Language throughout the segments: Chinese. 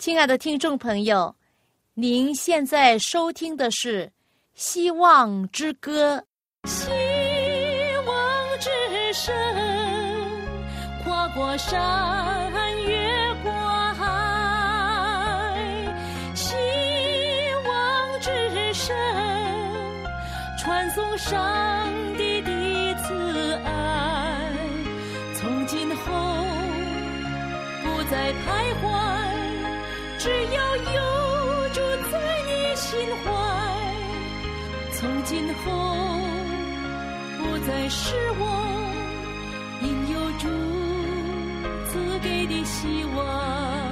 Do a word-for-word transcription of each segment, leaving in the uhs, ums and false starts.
亲爱的听众朋友，您现在收听的是《希望之歌》。希望之声，跨过山，越过海。希望之声，传颂上帝的慈爱。从今后不再徘徊，只要有主在你心怀，从今后不再失望，因有主赐给的希望。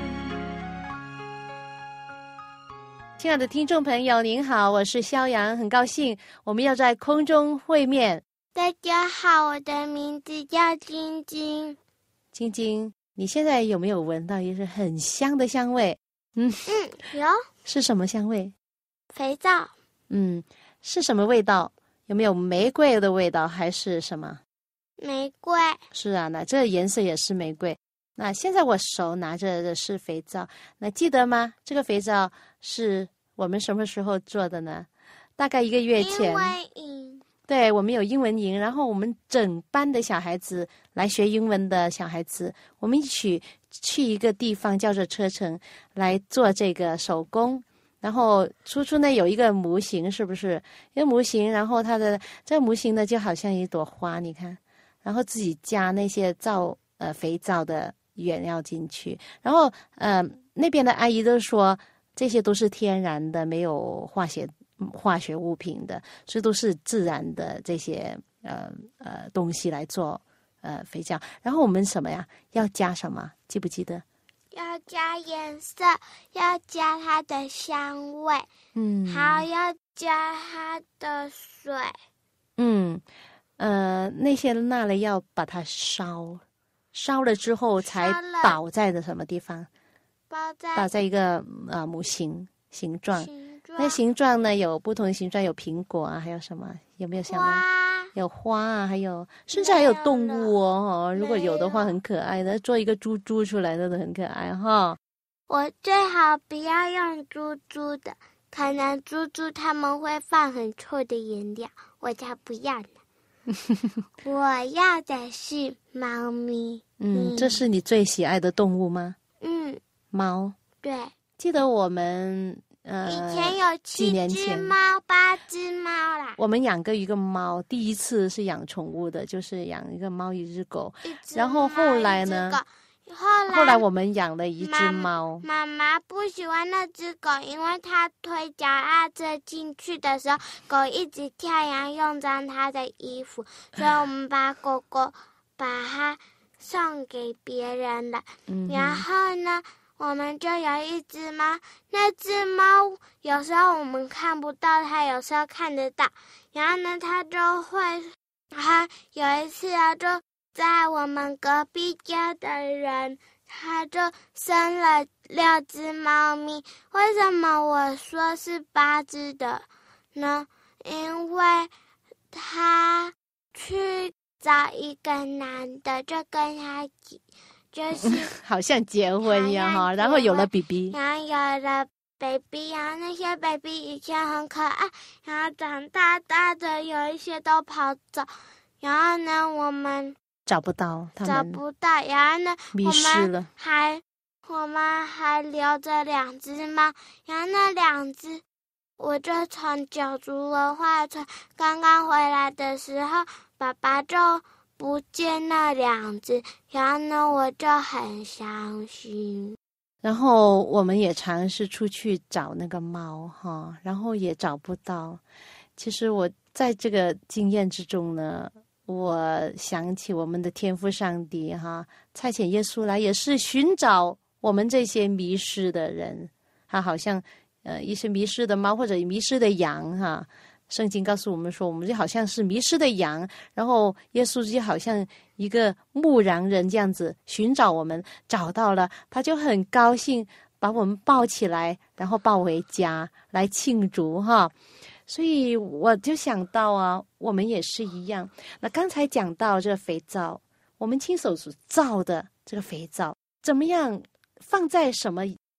亲爱的听众朋友您好，我是肖阳，很高兴我们要在空中会面。 大家好，我的名字叫晶晶。 晶晶，你现在有没有闻到一个很香的香味？嗯嗯，有。 是什么香味？ 肥皂。 嗯，是什么味道？有没有玫瑰的味道还是什么？ 玫瑰。 是啊，那这个颜色也是玫瑰。那现在我手拿着的是肥皂，那记得吗？这个肥皂是我们什么时候做的呢？大概一个月前。 英文营。 对，我们有英文营，然后我们整班的小孩子来学英文的小孩子，我们一起去一个地方叫做车城来做这个手工。然后初初呢有一个模型，是不是一个模型，然后它的这个模型呢就好像一朵花，你看，然后自己加那些皂呃肥皂的原料进去，然后呃那边的阿姨都说这些都是天然的，没有化学化学物品的，所以都是自然的这些呃呃东西来做呃肥皂。然后我们什么呀？要加什么？记不记得？ 要加颜色，要加它的香味， 嗯， 还要加它的水。 嗯，呃，那些蜡呢要把它烧，烧了之后才倒在的什么地方？ 包在倒在一个呃模型形状。 形状那形状呢有不同的形状，有苹果啊，还有什么？有没有想到？ 花， 有花啊，还有甚至还有动物哦，哦如果有的话很可爱的，做一个猪猪出来的都很可爱哈。 我最好不要用猪猪的，可能猪猪他们会放很臭的颜料，我才不要呢。我要的是猫咪。 嗯，这是你最喜爱的动物吗？ 嗯， 猫。 对。 记得我们呃， 以前有七只猫、八只猫啦。 我们养过一个猫，第一次是养宠物的，就是养一个猫一只狗。 一只然后后来呢？ 后来后来我们养了一只猫。 妈妈不喜欢那只狗，因为它推脚踏车进去的时候，狗一直跳，然后用脏它的衣服，所以我们把狗狗把它送给别人了。 嗯、 然后呢？我们就有一只猫，那只猫有时候我们看不到它，有时候看得到。然后呢，它就会，它有一次啊，就在我们隔壁家的人，他就生了六只猫咪。为什么我说是八只的呢？因为他去找一个男的，就跟他就是好像结婚一样哈，然后有了 B B， 然后有了 baby， 然后那些 baby 以前很可爱，然后长大大的有一些都跑走，然后呢我们找不到他们， 找不到，然后呢迷失了， 我们还我们还留着两只猫，然后那两只我就从九族文化村刚刚回来的时候，爸爸就不见那两只，然后呢我就很伤心。 然后我们也尝试出去找那个猫哈，然后也找不到。其实我在这个经验之中呢，我想起我们的天父上帝哈，差遣耶稣来也是寻找我们这些迷失的人，他好像呃一些迷失的猫或者迷失的羊哈。圣经告诉我们说，我们就好像是迷失的羊，然后耶稣就好像一个牧羊人这样子寻找我们，找到了，他就很高兴把我们抱起来，然后抱回家来庆祝哈。所以我就想到啊，我们也是一样。那刚才讲到这个肥皂，我们亲手所造的这个肥皂怎么样放在什么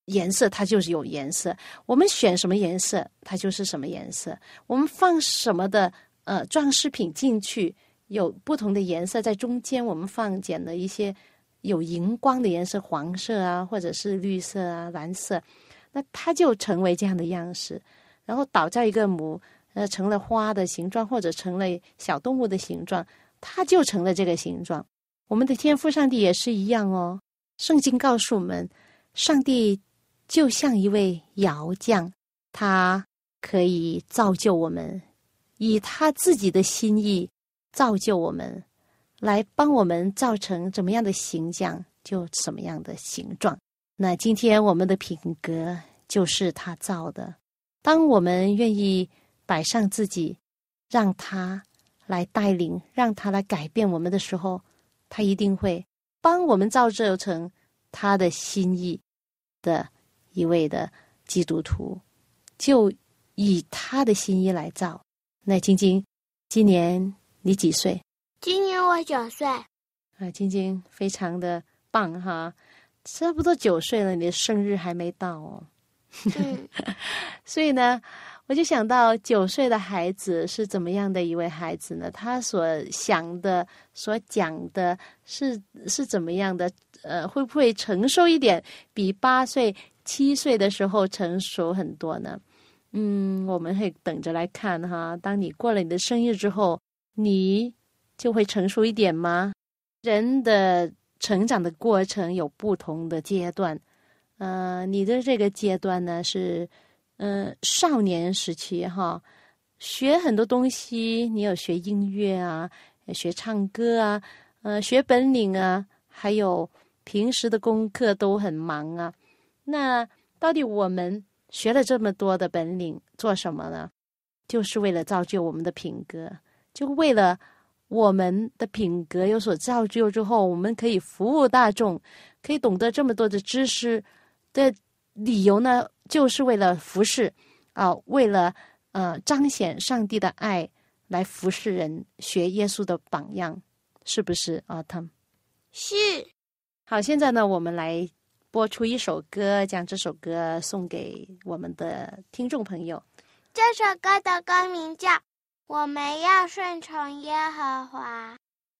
颜色，它就是有颜色，我们选什么颜色它就是什么颜色，我们放什么的呃装饰品进去有不同的颜色，在中间我们放减了一些有荧光的颜色，黄色啊或者是绿色啊蓝色，那它就成为这样的样式，然后倒在一个模呃成了花的形状或者成了小动物的形状，它就成了这个形状。我们的天父上帝也是一样哦，圣经告诉我们，上帝就像一位窑匠，他可以造就我们，以他自己的心意造就我们，来帮我们造成怎么样的形象就什么样的形状。那今天我们的品格就是他造的，当我们愿意摆上自己，让他来带领，让他来改变我们的时候，他一定会帮我们造就成他的心意的一位的基督徒，就以他的心意来造。那晶晶，今年你几岁？ 今年我九岁。 啊，晶晶非常的棒哈，差不多九岁了，你的生日还没到哦。 嗯， 所以呢，我就想到九岁的孩子是怎么样的一位孩子呢？他所想的、所讲的是是怎么样的？呃，会不会成熟一点？比八岁、七岁的时候成熟很多呢？嗯，我们会等着来看哈。当你过了你的生日之后，你就会成熟一点吗？人的成长的过程有不同的阶段，呃，你的这个阶段呢是，嗯、呃，少年时期哈，学很多东西，你有学音乐啊，学唱歌啊，呃，学本领啊，还有平时的功课都很忙啊。那到底我们学了这么多的本领做什么呢？就是为了造就我们的品格，就为了我们的品格有所造就之后，我们可以服务大众，可以懂得这么多的知识的理由呢，就是为了服侍啊、呃，为了呃彰显上帝的爱，来服侍人，学耶稣的榜样，是不是啊 Tom？ 是。 好，现在呢，我们来播出一首歌，将这首歌送给我们的听众朋友。 这首歌的歌名叫《我们要顺从耶和华》。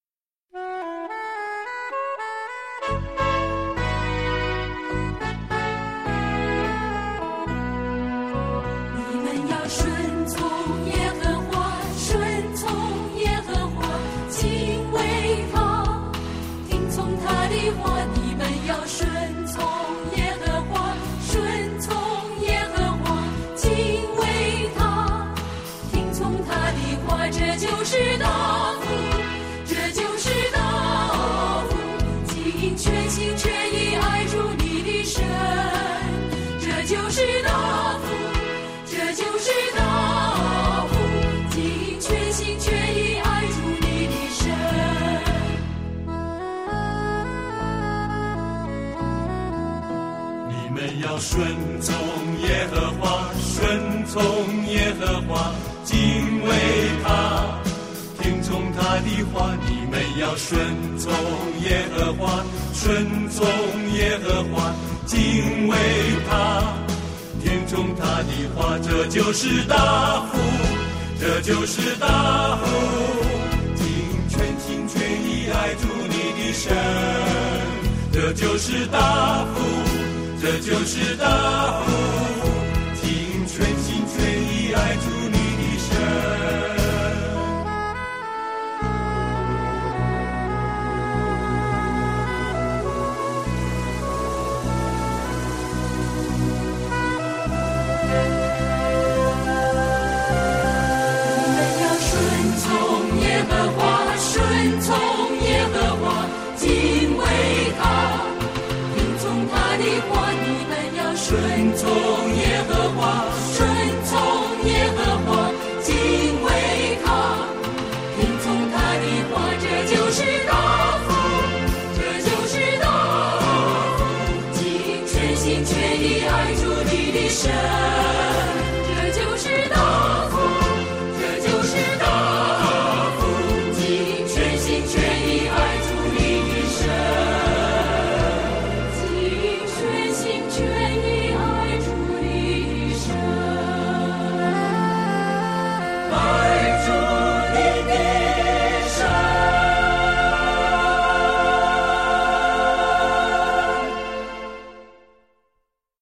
你们要顺从耶和华，顺从耶和华，敬畏他，听从他的话。你们要顺从耶和华，顺从耶和华，敬畏他，听从他的话。这就是大福，这就是大福，尽全心全意爱主你的神。这就是大福，这就是大福，尽全心全意爱主你的神。 你们要顺从耶和华，顺从耶和华，敬畏他，听从他的话。你们要顺从耶和华，顺从耶和华，敬畏他，听从他的话。这就是大福，这就是大福，尽全心全意爱主你的神。这就是大福，这就是大福，尽全心全意爱主你的神。顺从耶和华，顺从耶和华，敬畏他，听从他的话。这就是大福，这就是大福，尽全心全意爱主你的神。这就是大福，这就是大福，尽全心全意爱主你的神。尽全心全意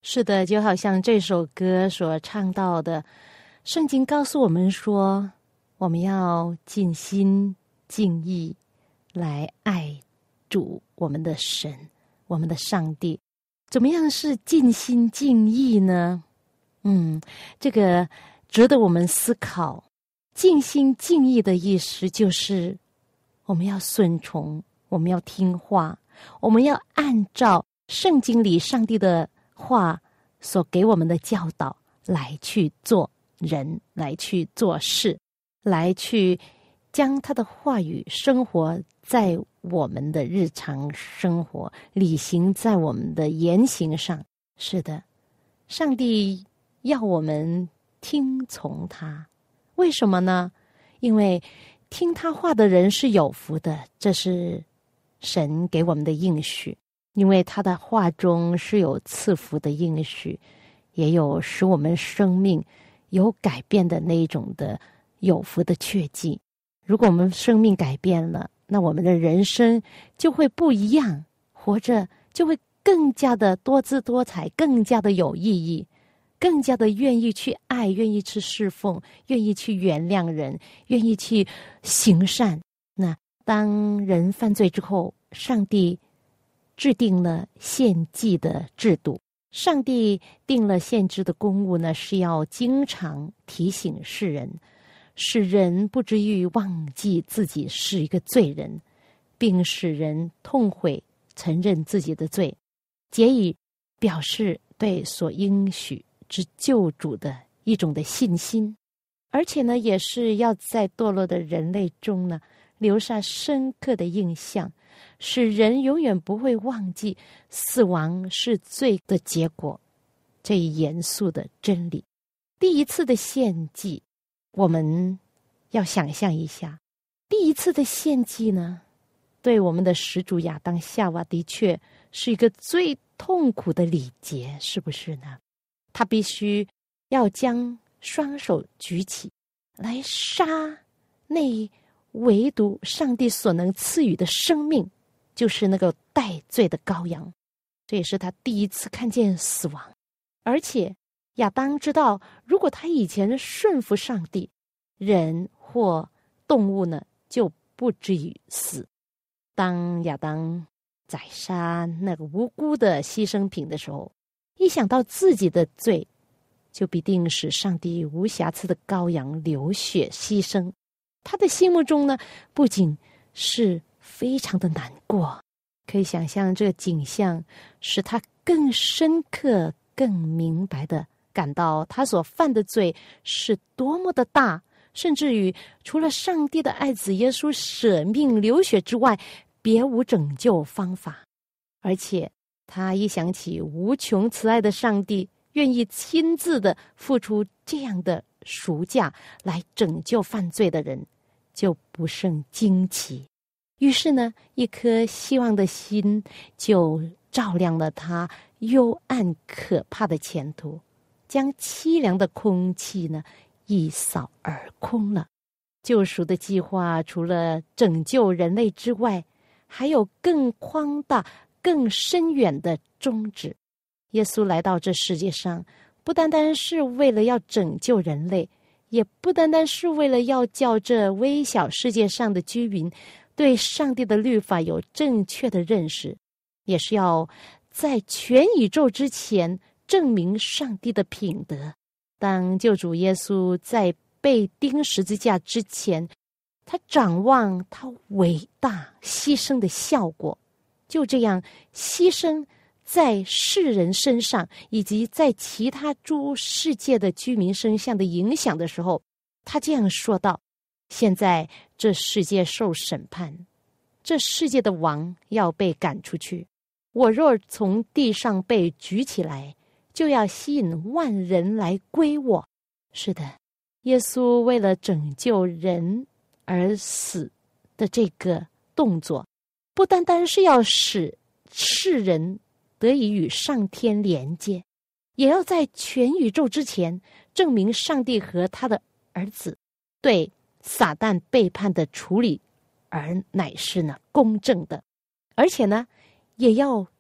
是的，就好像这首歌所唱到的，圣经告诉我们说，我们要尽心尽意来爱主我们的神，我们的上帝。怎么样是尽心尽意呢？嗯，这个值得我们思考。尽心尽意的意思就是我们要顺从，我们要听话，我们要按照圣经里上帝的话所给我们的教导来去做人，来去做事，来去将他的话语生活在我们的日常生活，履行在我们的言行上。是的，上帝要我们听从他。为什么呢？因为听他话的人是有福的，这是神给我们的应许。因为他的话中是有赐福的应许，也有使我们生命有改变的那一种的有福的确据。如果我们生命改变了，那我们的人生就会不一样，活着就会更加的多姿多彩，更加的有意义，更加的愿意去爱，愿意去侍奉，愿意去原谅人，愿意去行善。那当人犯罪之后，上帝制定了献祭的制度，上帝定了献祭的公务呢，是要经常提醒世人，使人不至于忘记自己是一个罪人，并使人痛悔承认自己的罪，借以表示对所应许之救主的一种的信心。而且呢，也是要在堕落的人类中呢留下深刻的印象，使人永远不会忘记死亡是罪的结果，这一严肃的真理。第一次的献祭，我们要想象一下，第一次的献祭呢，对我们的始祖亚当夏娃的确是一个最痛苦的礼节，是不是呢？他必须要将双手举起来杀那唯独上帝所能赐予的生命，就是那个代罪的羔羊。这也是他第一次看见死亡。而且亚当知道，如果他以前顺服上帝，人或动物呢就不至于死。当亚当宰杀那个无辜的牺牲品的时候，一想到自己的罪，就必定使上帝无瑕疵的羔羊流血牺牲。他的心目中呢，不仅是非常的难过，可以想象这个景象使他更深刻、更明白的感到他所犯的罪是多么的大，甚至于除了上帝的爱子耶稣舍命流血之外，别无拯救方法。而且他一想起无穷慈爱的上帝愿意亲自的付出这样的赎价来拯救犯罪的人，就不胜惊奇。于是呢，一颗希望的心就照亮了他幽暗可怕的前途，将凄凉的空气呢一扫而空了。救赎的计划除了拯救人类之外，还有更宽大、更深远的宗旨。耶稣来到这世界上，不单单是为了要拯救人类，也不单单是为了要叫这微小世界上的居民对上帝的律法有正确的认识，也是要在全宇宙之前证明上帝的品德。当救主耶稣在被钉十字架之前，他展望他伟大牺牲的效果，就这样牺牲在世人身上以及在其他诸世界的居民身上的影响的时候，他这样说道：现在这世界受审判，这世界的王要被赶出去，我若从地上被举起来，就要吸引万人来归我。是的，耶稣为了拯救人而死的这个动作，不单单是要使世人得以与上天连接，也要在全宇宙之前证明上帝和他的儿子对撒旦背叛的处理而乃是呢公正的，而且呢也要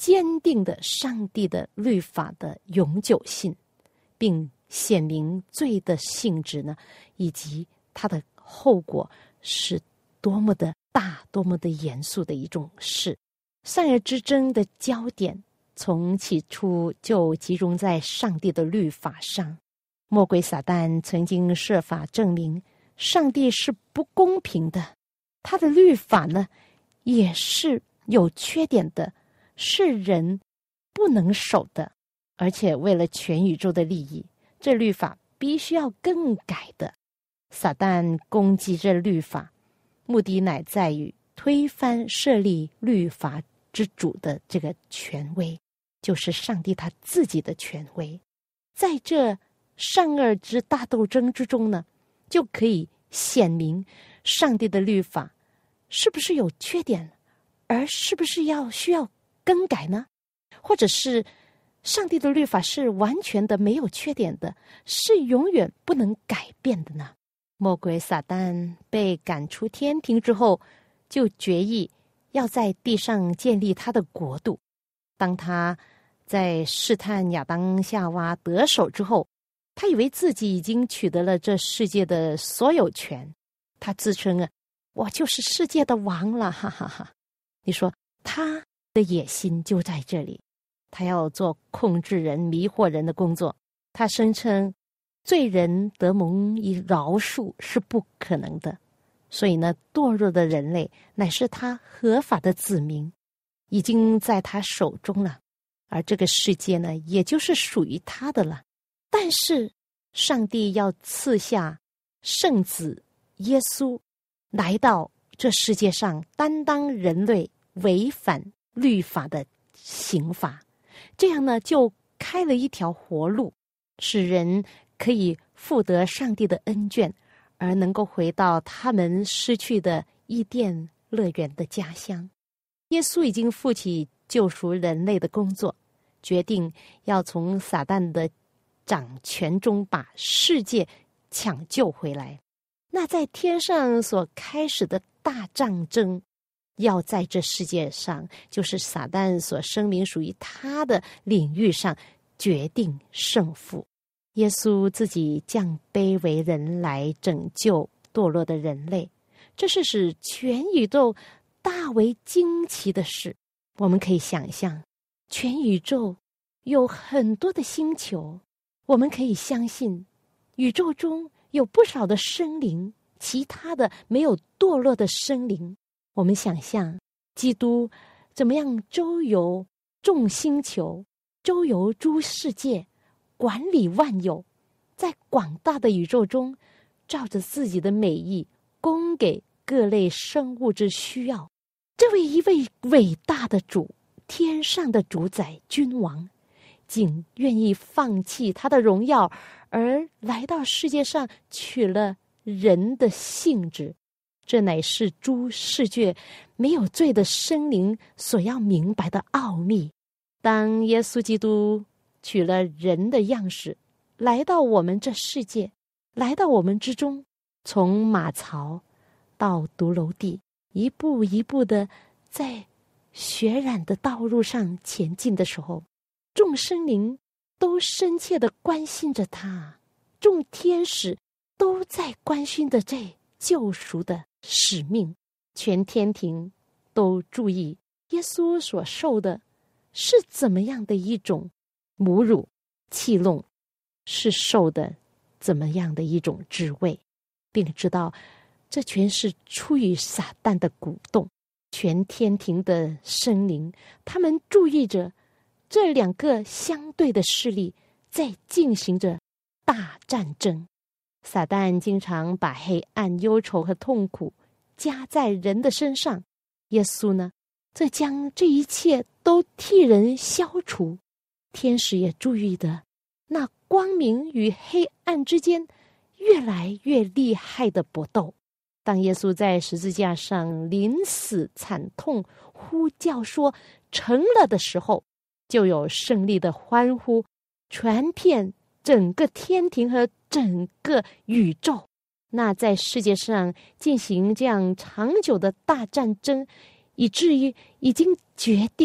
坚定的上帝的律法的永久性，并显明罪的性质呢，以及它的后果是多么的大，多么的严肃的一种事。善恶之争的焦点从起初就集中在上帝的律法上。魔鬼撒旦曾经设法证明上帝是不公平的，他的律法呢也是有缺点的，是人不能守的，而且为了全宇宙的利益，这律法必须要更改的。撒旦攻击这律法，目的乃在于推翻设立律法之主的这个权威，就是上帝他自己的权威。在这善恶之大斗争之中呢，就可以显明上帝的律法是不是有缺点，而是不是要需要更改呢？或者是上帝的律法是完全的没有缺点的，是永远不能改变的呢？魔鬼撒旦被赶出天庭之后，就决意要在地上建立他的国度。当他在试探亚当夏娃得手之后，他以为自己已经取得了这世界的所有权，他自称啊，我就是世界的王了，哈哈哈。你说他的野心就在这里，他要做控制人、迷惑人的工作。他声称罪人得蒙以饶恕是不可能的，所以呢，堕落的人类乃是他合法的子民，已经在他手中了，而这个世界呢，也就是属于他的了。但是上帝要赐下圣子耶稣来到这世界上，担当人类违反律法的刑罚，这样呢，就开了一条活路，使人可以复得上帝的恩眷，而能够回到他们失去的伊甸乐园的家乡。耶稣已经负起救赎人类的工作，决定要从撒旦的掌权中把世界抢救回来。那在天上所开始的大战争，要在这世界上，就是撒旦所声明属于他的领域上决定胜负。耶稣自己降卑为人来拯救堕落的人类，这是使全宇宙大为惊奇的事。我们可以想象，全宇宙有很多的星球，我们可以相信宇宙中有不少的生灵，其他的没有堕落的生灵。我们想象基督怎么样周游众星球，周游诸世界，管理万有，在广大的宇宙中照着自己的美意供给各类生物之需要。这位一位伟大的主，天上的主宰君王，竟愿意放弃他的荣耀，而来到世界上取了人的性质。这乃是诸世界没有罪的生灵所要明白的奥秘。当耶稣基督取了人的样式，来到我们这世界，来到我们之中，从马槽到独楼地，一步一步的在血染的道路上前进的时候，众生灵都深切的关心着他，众天使都在关心着这救赎的使命，全天庭都注意耶稣所受的是怎么样的一种侮辱戏弄，是受的怎么样的一种滋味，并知道这全是出于撒旦的鼓动。全天庭的生灵，他们注意着这两个相对的势力在进行着大战争。撒旦经常把黑暗、忧愁和痛苦加在人的身上，耶稣呢，则将这一切都替人消除。天使也注意的那光明与黑暗之间越来越厉害的搏斗。当耶稣在十字架上临死惨痛呼叫说成了的时候，就有胜利的欢呼传遍整个天庭和整个宇宙。那在世界上进行这样长久的大战争，以至于已经决定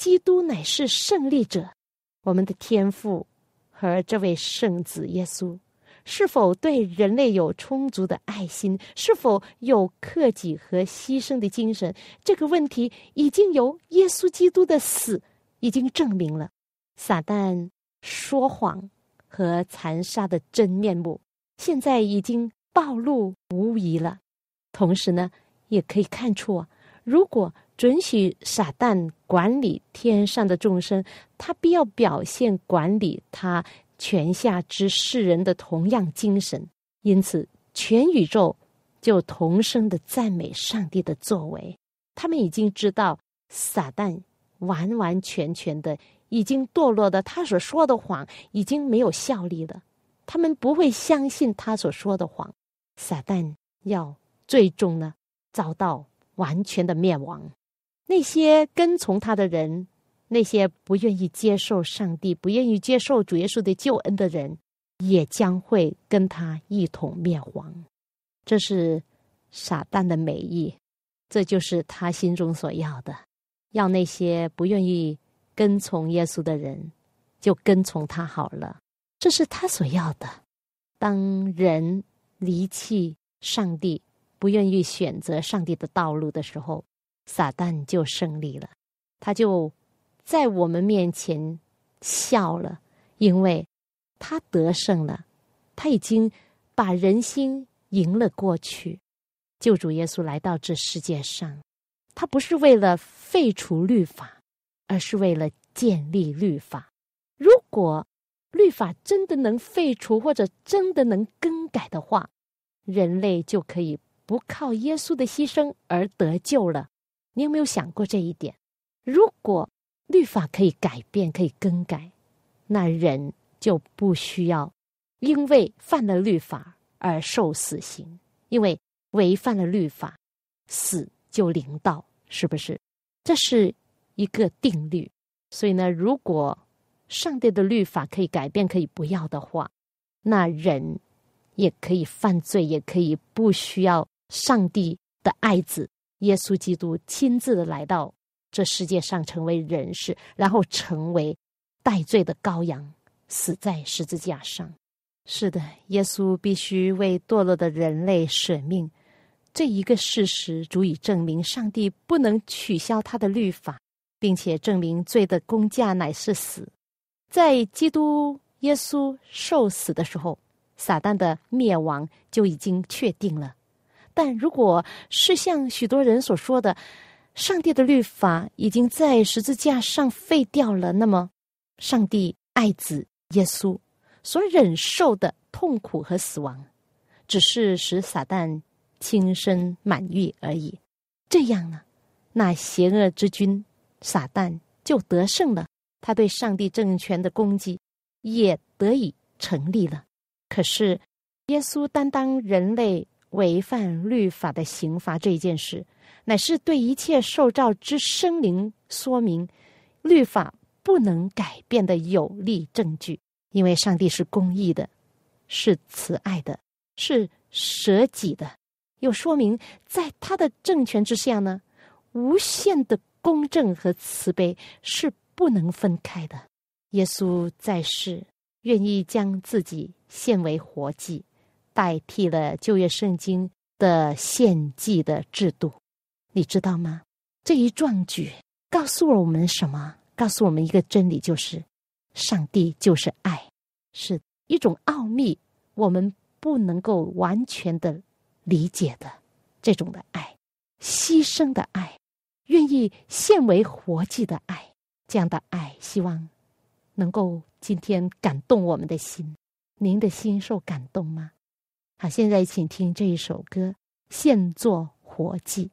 基督乃是胜利者，我们的天父和这位圣子耶稣是否对人类有充足的爱心，是否有克己和牺牲的精神，这个问题已经由耶稣基督的死已经证明了。撒旦说谎和残杀的真面目现在已经暴露无遗了。同时呢，也可以看出啊，如果准许撒旦管理天上的众生，他必要表现管理他权下之世人的同样精神。因此全宇宙就同声的赞美上帝的作为。他们已经知道撒旦完完全全的已经堕落的，他所说的谎已经没有效力了，他们不会相信他所说的谎。撒旦要最终呢遭到完全的灭亡。那些跟从他的人，那些不愿意接受上帝，不愿意接受主耶稣的救恩的人，也将会跟他一同灭亡。这是撒旦的美意，这就是他心中所要的，要那些不愿意跟从耶稣的人就跟从他好了，这是他所要的。当人离弃上帝，不愿意选择上帝的道路的时候，撒旦就胜利了，他就在我们面前笑了，因为他得胜了，他已经把人心赢了过去。救主耶稣来到这世界上，他不是为了废除律法，而是为了建立律法。如果律法真的能废除，或者真的能更改的话，人类就可以不靠耶稣的牺牲而得救了。你有没有想过这一点？如果律法可以改变，可以更改，那人就不需要因为犯了律法而受死刑，因为违反了律法，死就临到，是不是？这是一个定律。所以呢，如果上帝的律法可以改变，可以不要的话，那人也可以犯罪，也可以不需要上帝的爱子耶稣基督亲自的来到这世界上，成为人世，然后成为代罪的羔羊，死在十字架上。是的，耶稣必须为堕落的人类舍命，这一个事实足以证明上帝不能取消他的律法，并且证明罪的工价乃是死。在基督耶稣受死的时候，撒旦的灭亡就已经确定了。但如果是像许多人所说的，上帝的律法已经在十字架上废掉了，那么上帝爱子耶稣所忍受的痛苦和死亡，只是使撒旦轻身满意而已。这样呢，那邪恶之君撒旦就得胜了，他对上帝政权的攻击也得以成立了。可是耶稣担当人类违反律法的刑罚这一件事，乃是对一切受造之生灵说明律法不能改变的有力证据。因为上帝是公义的，是慈爱的，是舍己的，又说明在他的政权之下呢，无限的公正和慈悲是不能分开的。耶稣在世愿意将自己献为活祭，代替了旧约圣经的献祭的制度。你知道吗？这一壮举告诉了我们什么？告诉我们一个真理，就是上帝就是爱，是一种奥秘，我们不能够完全的理解的这种的爱，牺牲的爱，愿意献为活祭的爱。这样的爱希望能够今天感动我们的心。您的心受感动吗？好，现在请听这一首歌《献作活祭》。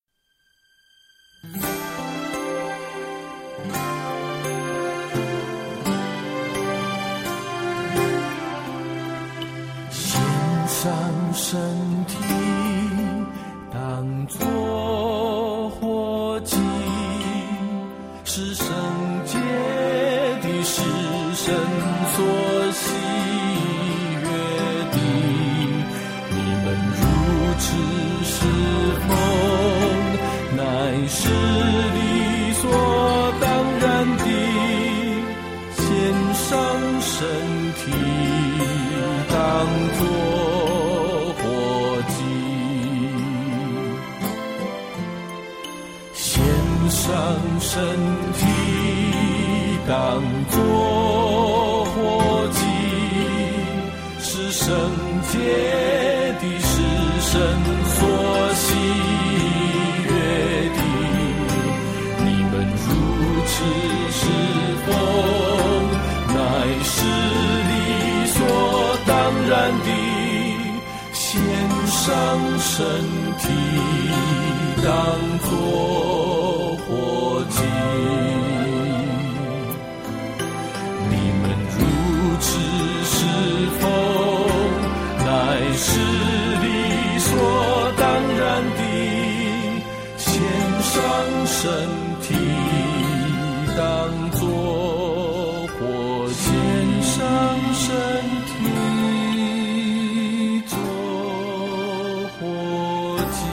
献上身体当作活祭，是圣洁的，是神所喜悦的。你们如此侍奉，乃是理所当然。 身体当作活祭，献上身体当作活祭，是圣洁的，是神所喜悦的。你们如此侍奉，乃是理所当然的，献上身体当作活祭。你们如此侍奉，乃是理所当然的，献上身体当作活祭，献上身体作活祭。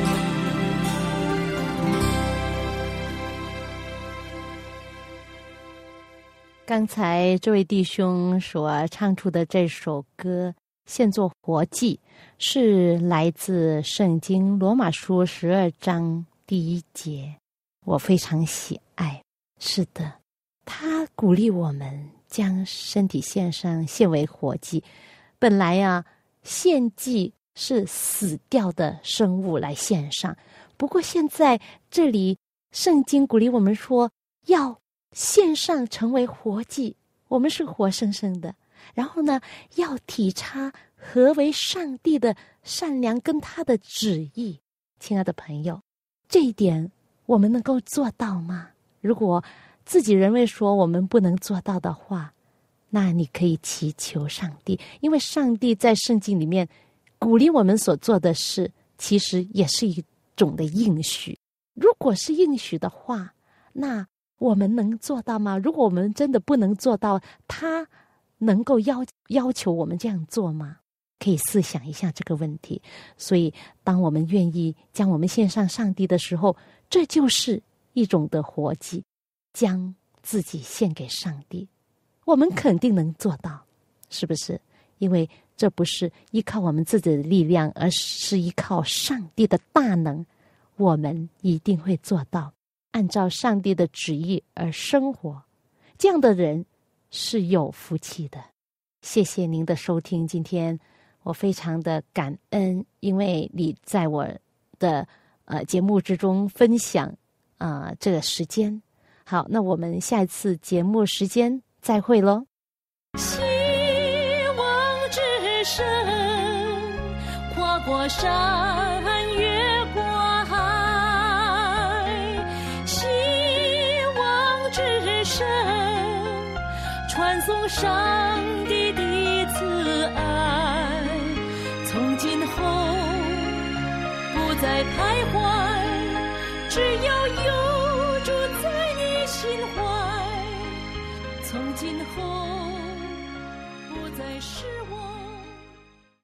刚才这位弟兄所唱出的这首歌献作活祭，是来自圣经罗马书十二章第一节，我非常喜爱。是的，他鼓励我们将身体献上，献为活祭。本来啊，献祭是死掉的生物来献上，不过现在这里圣经鼓励我们说，要献上成为活祭，我们是活生生的。然后呢，要体察何为上帝的善良跟他的旨意。亲爱的朋友，这一点我们能够做到吗？如果自己认为说我们不能做到的话，那你可以祈求上帝，因为上帝在圣经里面鼓励我们所做的事，其实也是一种的应许。如果是应许的话，那我们能做到吗？如果我们真的不能做到，他能够要要求我们这样做吗？可以思想一下这个问题。所以当我们愿意将我们献上上帝的时候，这就是一种的活祭，将自己献给上帝，我们肯定能做到，是不是？因为这不是依靠我们自己的力量，而是依靠上帝的大能，我们一定会做到，按照上帝的旨意而生活。这样的人是有福气的。谢谢您的收听，今天我非常的感恩，因为你在我的呃节目之中分享啊、呃、这个时间。好，那我们下一次节目时间再会咯。 希望之声，跨过山越过海，希望之声，传颂上帝的慈爱，从今后不再徘徊，只要有主在你心怀，从今后不再失望。